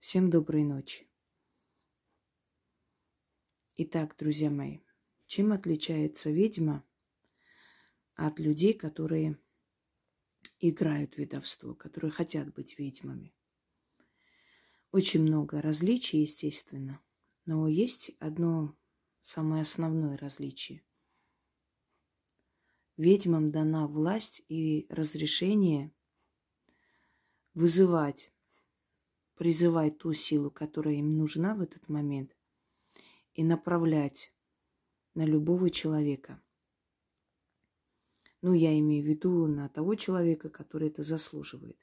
Всем доброй ночи. Итак, друзья мои, чем отличается ведьма от людей, которые играют в ведовство, которые хотят быть ведьмами? Очень много различий, естественно, но есть одно самое основное различие. Ведьмам дана власть и разрешение вызывать, призывать ту силу, которая им нужна в этот момент, и направлять на любого человека. Ну, я имею в виду на того человека, который это заслуживает.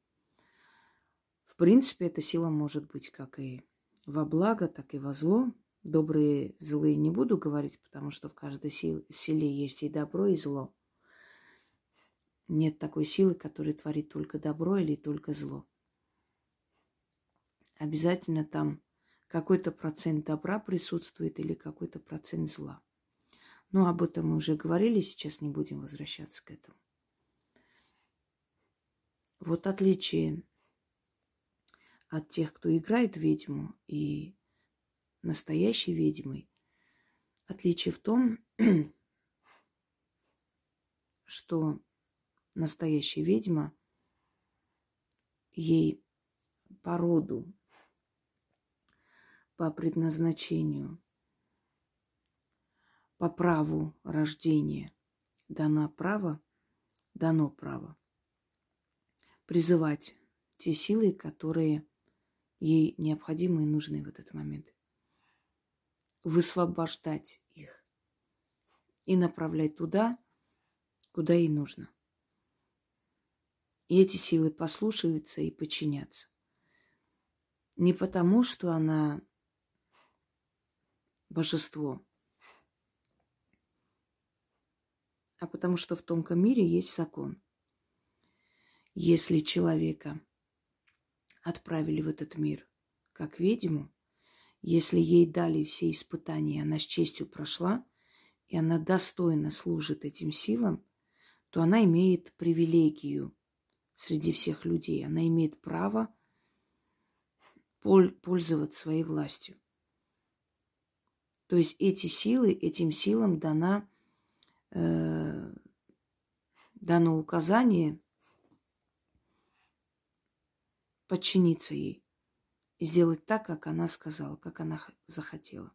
В принципе, эта сила может быть как и во благо, так и во зло. Добрые, злые не буду говорить, потому что в каждой силе есть и добро, и зло. Нет такой силы, которая творит только добро или только зло. Обязательно там какой-то процент добра присутствует или какой-то процент зла. Но об этом мы уже говорили, сейчас не будем возвращаться к этому. Вот отличие от тех, кто играет ведьму, и настоящей ведьмой, отличие в том, что настоящая ведьма, ей по роду, по предназначению, по праву рождения дано право призывать те силы, которые ей необходимы и нужны в этот момент. Высвобождать их и направлять туда, куда ей нужно. И эти силы послушаются и подчинятся. Не потому, что она божество, а потому что в тонком мире есть закон. Если человека отправили в этот мир как ведьму, если ей дали все испытания, она с честью прошла, и она достойно служит этим силам, то она имеет привилегию среди всех людей. Она имеет право пользоваться своей властью. То есть этим силам дано указание подчиниться ей и сделать так, как она сказала, как она захотела.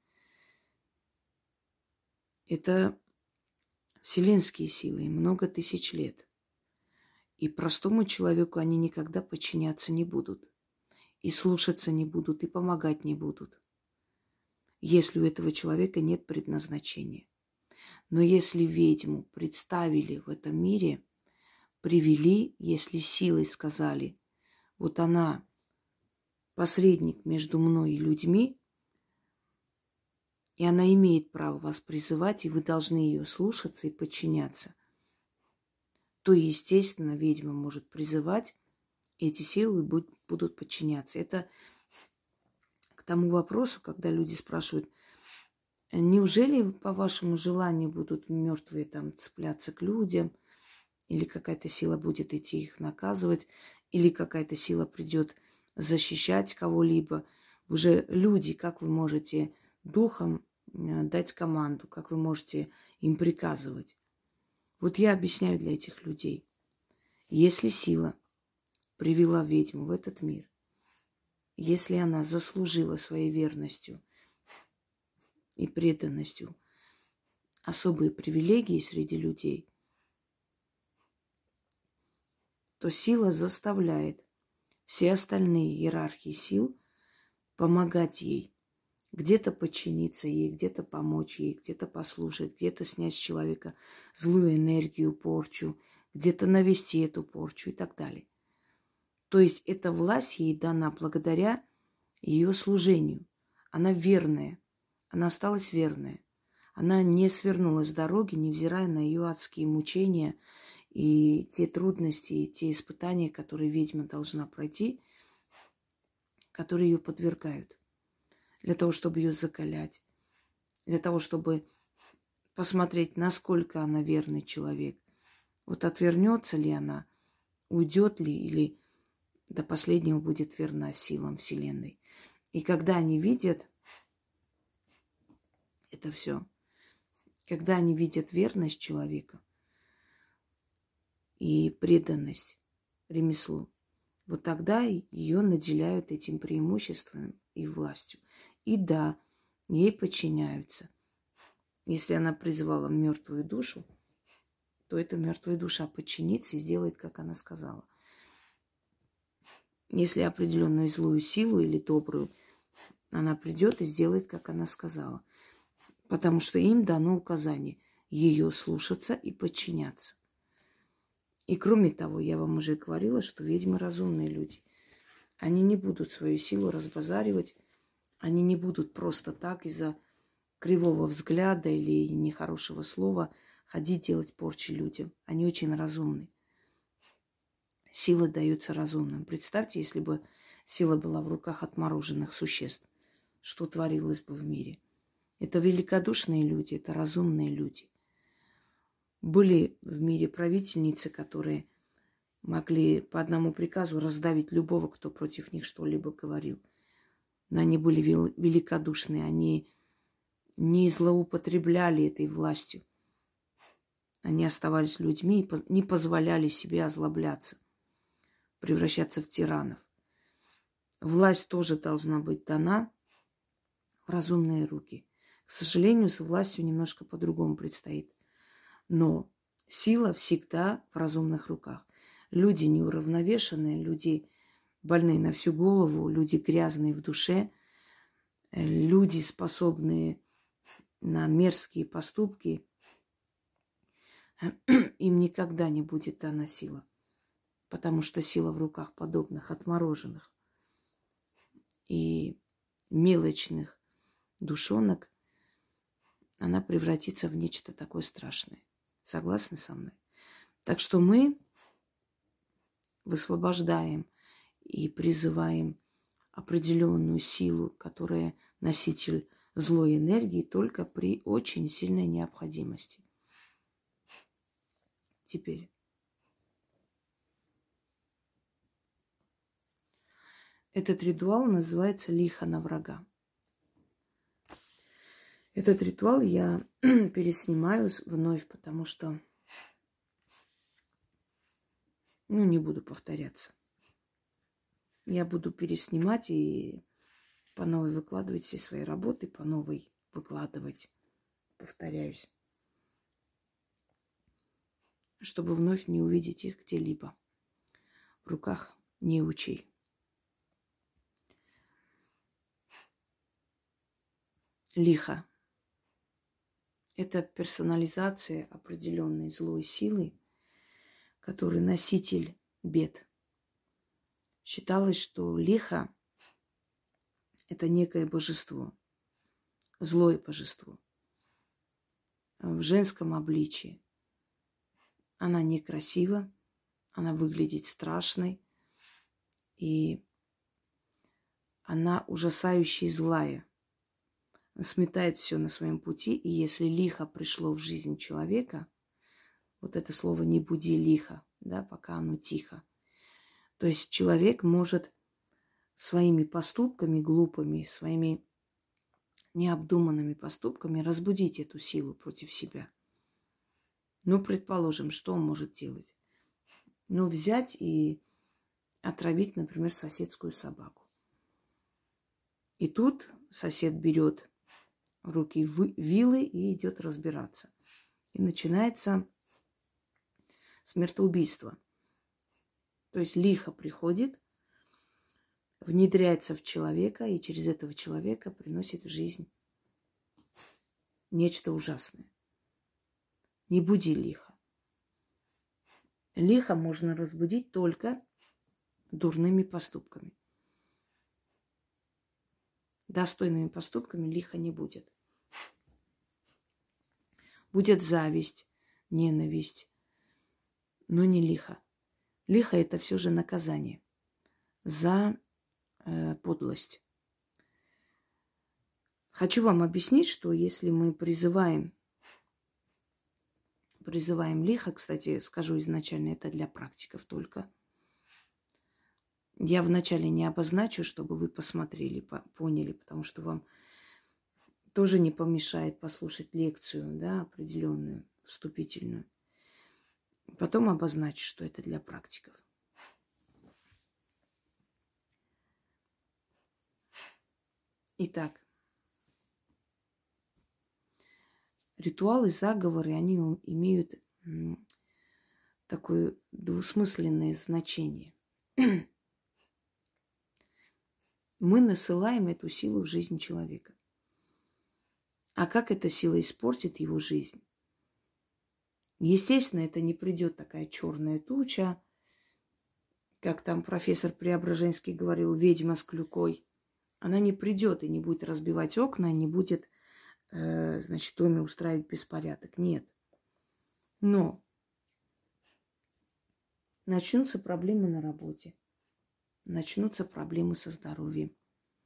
Это вселенские силы, им много тысяч лет. И простому человеку они никогда подчиняться не будут. И слушаться не будут, и помогать не будут, если у этого человека нет предназначения. Но если ведьму представили в этом мире, привели, если силой сказали, вот она посредник между мной и людьми, и она имеет право вас призывать, и вы должны ее слушаться и подчиняться, то, естественно, ведьма может призывать, и эти силы будут подчиняться. Это к тому вопросу, когда люди спрашивают, неужели по вашему желанию будут мертвые там цепляться к людям, или какая-то сила будет идти их наказывать, или какая-то сила придет защищать кого-либо. Вы же люди, как вы можете духом дать команду, как вы можете им приказывать? Вот я объясняю для этих людей. Если сила привела ведьму в этот мир, если она заслужила своей верностью и преданностью особые привилегии среди людей, то сила заставляет все остальные иерархии сил помогать ей, где-то подчиниться ей, где-то помочь ей, где-то послушать, где-то снять с человека злую энергию, порчу, где-то навести эту порчу и так далее. То есть эта власть ей дана благодаря ее служению. Она верная, она осталась верная. Она не свернула с дороги, невзирая на ее адские мучения и те трудности, и те испытания, которые ведьма должна пройти, которые ее подвергают. Для того, чтобы ее закалять, для того, чтобы посмотреть, насколько она верный человек. Вот отвернется ли она, уйдет ли, или до последнего будет верна силам Вселенной. И когда они видят это все, когда они видят верность человека и преданность ремеслу, вот тогда ее наделяют этим преимуществом и властью. И да, ей подчиняются. Если она призывала мертвую душу, то эта мертвая душа подчинится и сделает, как она сказала. Если определенную злую силу или добрую, она придет и сделает, как она сказала. Потому что им дано указание ее слушаться и подчиняться. И кроме того, я вам уже говорила, что ведьмы разумные люди. Они не будут свою силу разбазаривать, они не будут просто так из-за кривого взгляда или нехорошего слова ходить делать порчи людям. Они очень разумны. Сила дается разумным. Представьте, если бы сила была в руках отмороженных существ, что творилось бы в мире. Это великодушные люди, это разумные люди. Были в мире правительницы, которые могли по одному приказу раздавить любого, кто против них что-либо говорил. Но они были великодушные, они не злоупотребляли этой властью. Они оставались людьми и не позволяли себе озлобляться, превращаться в тиранов. Власть тоже должна быть дана в разумные руки. К сожалению, с властью немножко по-другому предстоит. Но сила всегда в разумных руках. Люди неуравновешенные, люди больные на всю голову, люди грязные в душе, люди, способные на мерзкие поступки, им никогда не будет дана сила. Потому что сила в руках подобных отмороженных и мелочных душонок, она превратится в нечто такое страшное. Согласны со мной? Так что мы высвобождаем и призываем определенную силу, которая носитель злой энергии, только при очень сильной необходимости. Теперь. Этот ритуал называется лиха на врага. Этот ритуал я переснимаю вновь, потому что, не буду повторяться. Я буду переснимать и по новой выкладывать все свои работы, по новой выкладывать, повторяюсь, чтобы вновь не увидеть их где-либо в руках неучей. Лиха. Это персонализация определенной злой силы, который носитель бед. Считалось, что лиха – это некое божество, злое божество в женском обличии. Она некрасива, она выглядит страшной, и она ужасающе злая. Сметает все на своем пути, и если лихо пришло в жизнь человека, вот это слово «не буди лихо», да, пока оно тихо, то есть человек может своими поступками глупыми, своими необдуманными поступками разбудить эту силу против себя. Предположим, что он может делать? Взять и отравить, например, соседскую собаку. И тут сосед берет в руки вилы и идет разбираться. И начинается смертоубийство. То есть лихо приходит, внедряется в человека и через этого человека приносит в жизнь нечто ужасное. Не буди лихо. Лихо можно разбудить только дурными поступками. Достойными поступками лихо не будет. Будет зависть, ненависть, но не лихо. Лихо – это все же наказание за подлость. Хочу вам объяснить, что если мы призываем лихо, кстати, скажу изначально, это для практиков только. Я вначале не обозначу, чтобы вы посмотрели, поняли, потому что вам тоже не помешает послушать лекцию, да, определенную, вступительную. Потом обозначу, что это для практиков. Итак, ритуалы, заговоры, они имеют такое двусмысленное значение. Мы насылаем эту силу в жизнь человека. А как эта сила испортит его жизнь? Естественно, это не придет такая черная туча, как там профессор Преображенский говорил, ведьма с клюкой. Она не придет и не будет разбивать окна, не будет, значит, в доме устраивать беспорядок. Нет. Но начнутся проблемы на работе, начнутся проблемы со здоровьем.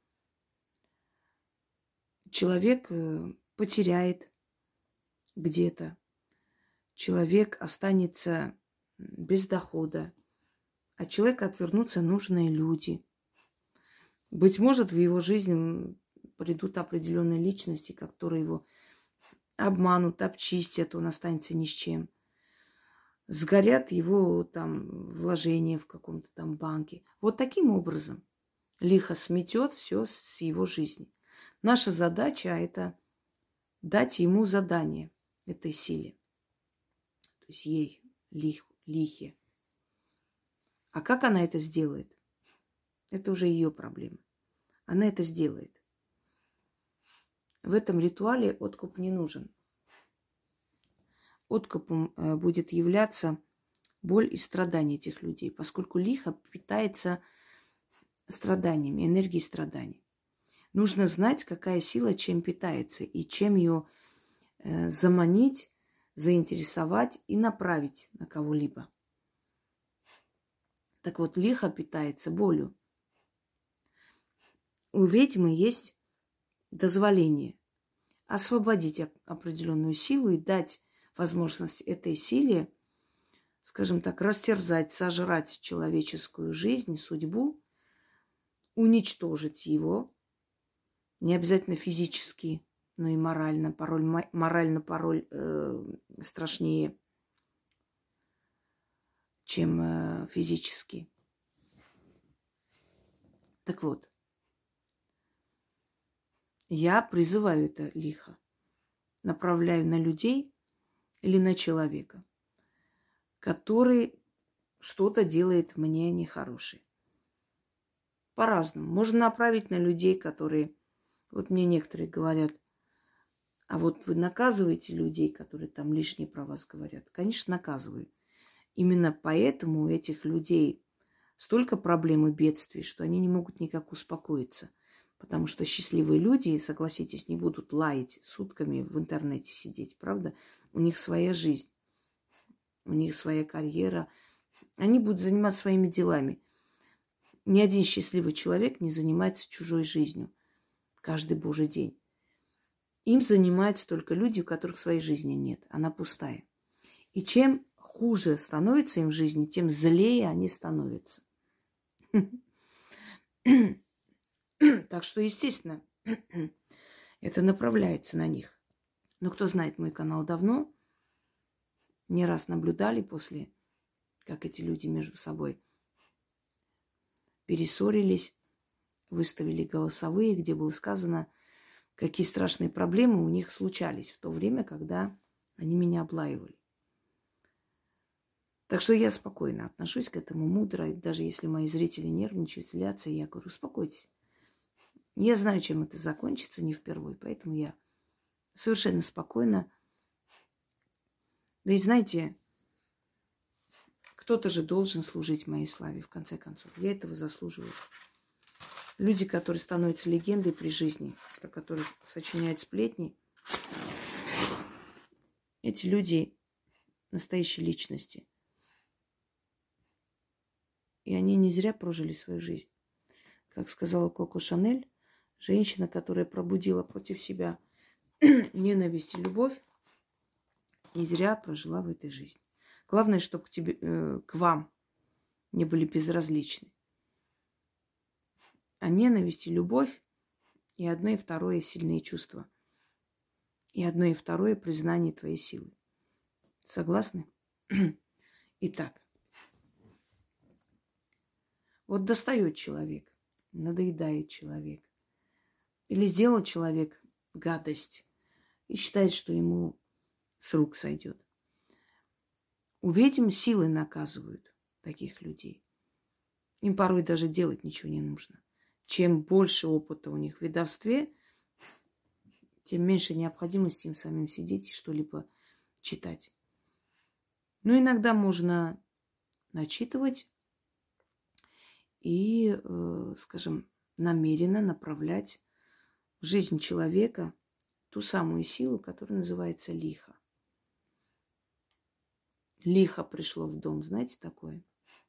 Человек потеряет где-то, человек останется без дохода, от человека отвернутся нужные люди. Быть может, в его жизнь придут определенные личности, которые его обманут, обчистят, он останется ни с чем. Сгорят его там вложения в каком-то там банке. Вот таким образом лихо сметет все с его жизни. Наша задача – это дать ему задание, этой силе, то есть ей, лихе. А как она это сделает? Это уже ее проблема. Она это сделает. В этом ритуале откуп не нужен. Откупом будет являться боль и страдания этих людей, поскольку лихо питается страданиями, энергией страданий. Нужно знать, какая сила чем питается и чем ее заманить, заинтересовать и направить на кого-либо. Так вот, лихо питается болью. У ведьмы есть дозволение освободить определенную силу и дать возможность этой силе, скажем так, растерзать, сожрать человеческую жизнь, судьбу, уничтожить его, не обязательно физически, но и морально. Морально порой страшнее, чем физически. Так вот, я призываю это лихо, направляю на людей или на человека, который что-то делает мне нехорошее. По-разному. Можно направить на людей, которые... Вот мне некоторые говорят, а вот вы наказываете людей, которые там лишние про вас говорят? Конечно, наказываю. Именно поэтому у этих людей столько проблем и бедствий, что они не могут никак успокоиться. Потому что счастливые люди, согласитесь, не будут лаять сутками в интернете сидеть, правда? У них своя жизнь, у них своя карьера. Они будут заниматься своими делами. Ни один счастливый человек не занимается чужой жизнью каждый божий день. Им занимаются только люди, у которых своей жизни нет. Она пустая. И чем хуже становится им в жизни, тем злее они становятся. Так что, естественно, это направляется на них. Но кто знает мой канал давно, не раз наблюдали после, как эти люди между собой перессорились, выставили голосовые, где было сказано, какие страшные проблемы у них случались в то время, когда они меня облаивали. Так что я спокойно отношусь к этому, мудро. И даже если мои зрители нервничают, злятся, я говорю, успокойтесь. Я знаю, чем это закончится, не впервые, поэтому я совершенно спокойно. Да и знаете, кто-то же должен служить моей славе, в конце концов. Я этого заслуживаю. Люди, которые становятся легендой при жизни, про которых сочиняют сплетни, эти люди настоящие личности. И они не зря прожили свою жизнь. Как сказала Коко Шанель, женщина, которая пробудила против себя ненависть и любовь, не зря прожила в этой жизни. Главное, чтобы к вам не были безразличны. А ненависть и любовь и одно, и второе сильные чувства. И одно, и второе признание твоей силы. Согласны? Итак, вот достает человек, надоедает человек. Или сделал человек гадость и считает, что ему с рук сойдет. У ведьм силы наказывают таких людей. Им порой даже делать ничего не нужно. Чем больше опыта у них в ведовстве, тем меньше необходимости им самим сидеть и что-либо читать. Но иногда можно начитывать и, скажем, намеренно направлять в жизнь человека ту самую силу, которая называется лихо. Лихо пришло в дом, знаете такое?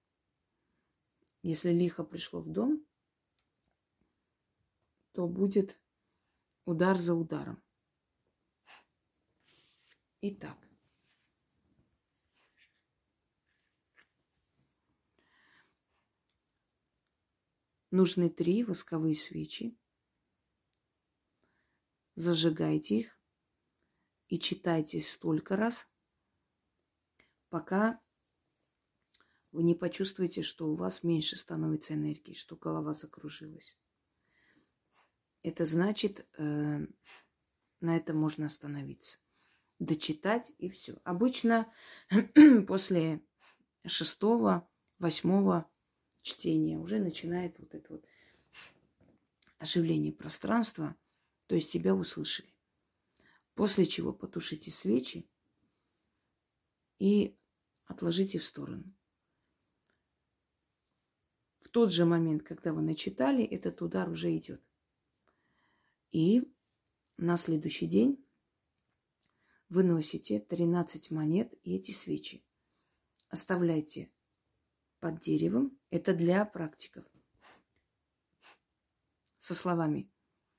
Если лихо пришло в дом, то будет удар за ударом. Итак, нужны 3 восковые свечи. Зажигайте их и читайте столько раз, пока вы не почувствуете, что у вас меньше становится энергии, что голова закружилась. Это значит, на этом можно остановиться. Дочитать и все. Обычно после 6-го, 8-го чтения уже начинает вот это вот оживление пространства, то есть тебя услышали. После чего потушите свечи и отложите в сторону. В тот же момент, когда вы начитали, этот удар уже идет. И на следующий день выносите 13 монет и эти свечи. Оставляйте под деревом. Это для практиков. Со словами: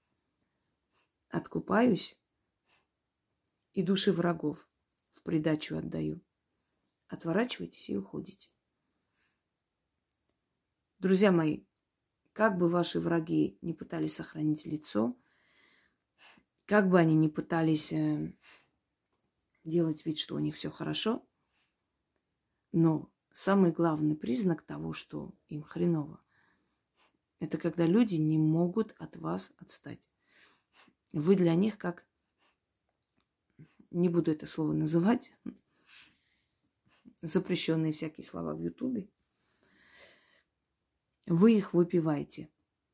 «Откупаюсь и души врагов в придачу отдаю». Отворачивайтесь и уходите. Друзья мои, как бы ваши враги не пытались сохранить лицо, как бы они ни пытались делать вид, что у них все хорошо, но самый главный признак того, что им хреново, это когда люди не могут от вас отстать. Вы для них как, не буду это слово называть, запрещенные всякие слова в Ютубе, вы их выпиваете.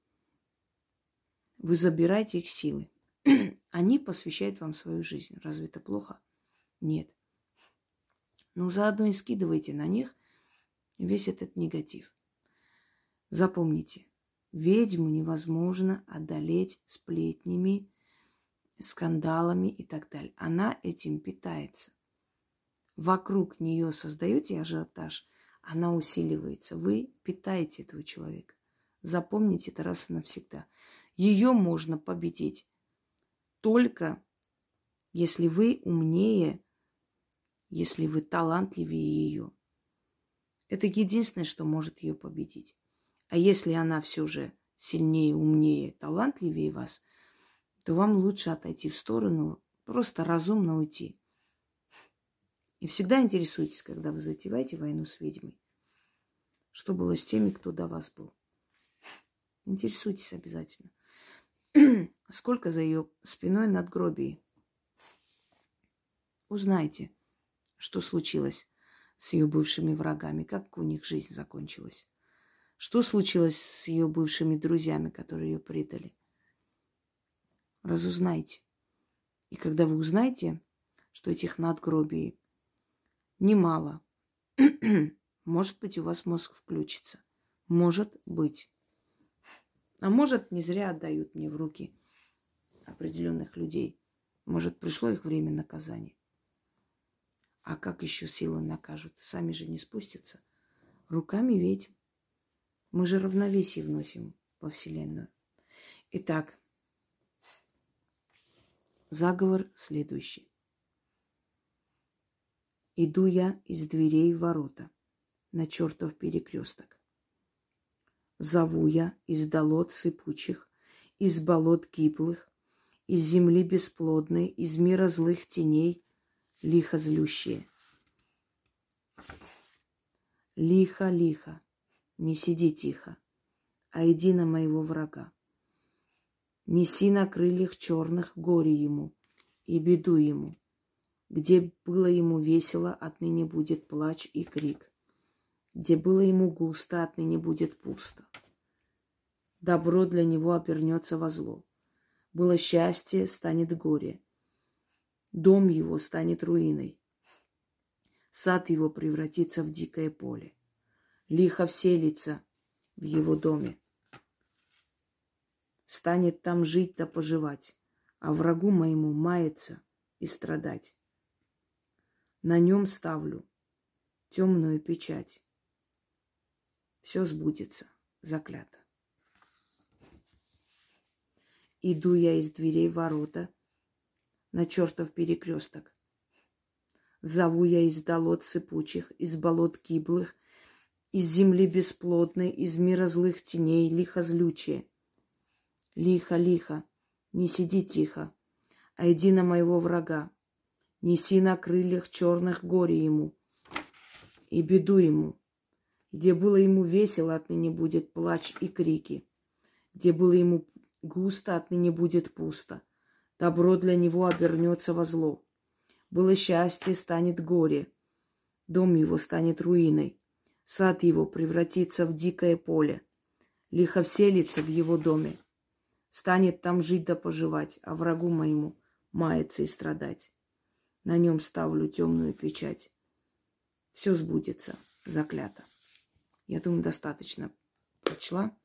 Вы забираете их силы. Они посвящают вам свою жизнь. Разве это плохо? Нет. Но заодно и скидывайте на них весь этот негатив. Запомните, ведьму невозможно одолеть сплетнями, скандалами и так далее. Она этим питается. Вокруг нее создаете ажиотаж, она усиливается. Вы питаете этого человека. Запомните это раз и навсегда. Ее можно победить только если вы умнее, если вы талантливее ее. Это единственное, что может ее победить. А если она все же сильнее, умнее, талантливее вас, то вам лучше отойти в сторону, просто разумно уйти. И всегда интересуйтесь, когда вы затеваете войну с ведьмой, что было с теми, кто до вас был. Интересуйтесь обязательно. Сколько за ее спиной надгробий? Узнайте, что случилось с ее бывшими врагами, как у них жизнь закончилась. Что случилось с ее бывшими друзьями, которые ее предали? Разузнайте. И когда вы узнаете, что этих надгробий немало, может быть, у вас мозг включится. Может быть. А может, не зря отдают мне в руки определенных людей. Может, пришло их время наказания. А как еще силы накажут? Сами же не спустятся. Руками ведьм. Мы же равновесие вносим во Вселенную. Итак, заговор следующий. Иду я из дверей в ворота на чертов перекресток. Зову я из долот сыпучих, из болот гиблых, из земли бесплодной, из мира злых теней, лихо злющие. Лихо, лихо, не сиди тихо, а иди на моего врага. Неси на крыльях черных горе ему и беду ему. Где было ему весело, отныне будет плач и крик. Где было ему густо, отныне будет пусто. Добро для него обернется во зло. Было счастье, станет горе. Дом его станет руиной. Сад его превратится в дикое поле. Лихо вселится в его доме. Станет там жить да поживать, а врагу моему маяться и страдать. На нем ставлю темную печать. Все сбудется, заклято. Иду я из дверей ворота на чертов перекресток. Зову я из долот сыпучих, из болот гиблых, из земли бесплодной, из мира злых теней, лихо злючие. Лихо, лихо, не сиди тихо, а иди на моего врага. Неси на крыльях черных горе ему и беду ему. Где было ему весело, отныне будет плач и крики. Где было ему густо, отныне будет пусто. Добро для него обернется во зло. Было счастье, станет горе. Дом его станет руиной. Сад его превратится в дикое поле. Лихо вселится в его доме. Станет там жить да поживать, а врагу моему маяться и страдать. На нем ставлю темную печать. Все сбудется, заклято. Я думаю, достаточно прочла.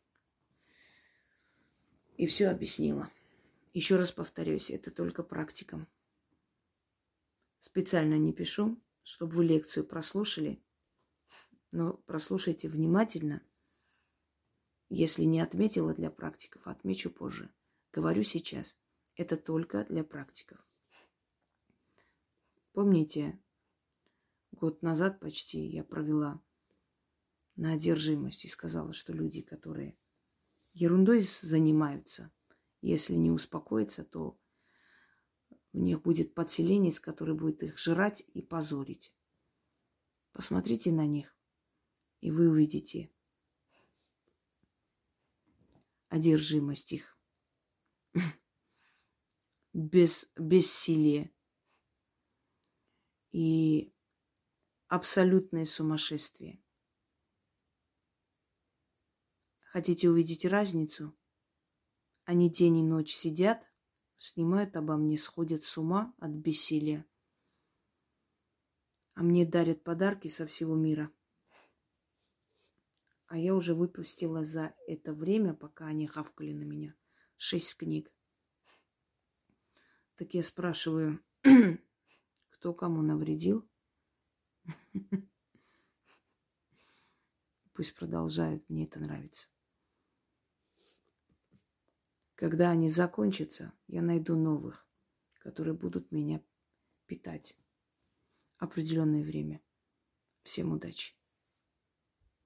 И все объяснила. Еще раз повторюсь, это только практикам. Специально не пишу, чтобы вы лекцию прослушали. Но прослушайте внимательно. Если не отметила для практиков, отмечу позже. Говорю сейчас. Это только для практиков. Помните, год назад почти я провела на одержимость и сказала, что люди, которые ерундой занимаются, если не успокоятся, то у них будет подселенец, который будет их жрать и позорить. Посмотрите на них, и вы увидите одержимость их, бессилие и абсолютное сумасшествие. Хотите увидеть разницу? Они день и ночь сидят, снимают обо мне, сходят с ума от бессилия. А мне дарят подарки со всего мира. А я уже выпустила за это время, пока они хавкали на меня, 6 книг. Так я спрашиваю, кто кому навредил? Пусть продолжают, мне это нравится. Когда они закончатся, я найду новых, которые будут меня питать определенное время. Всем удачи!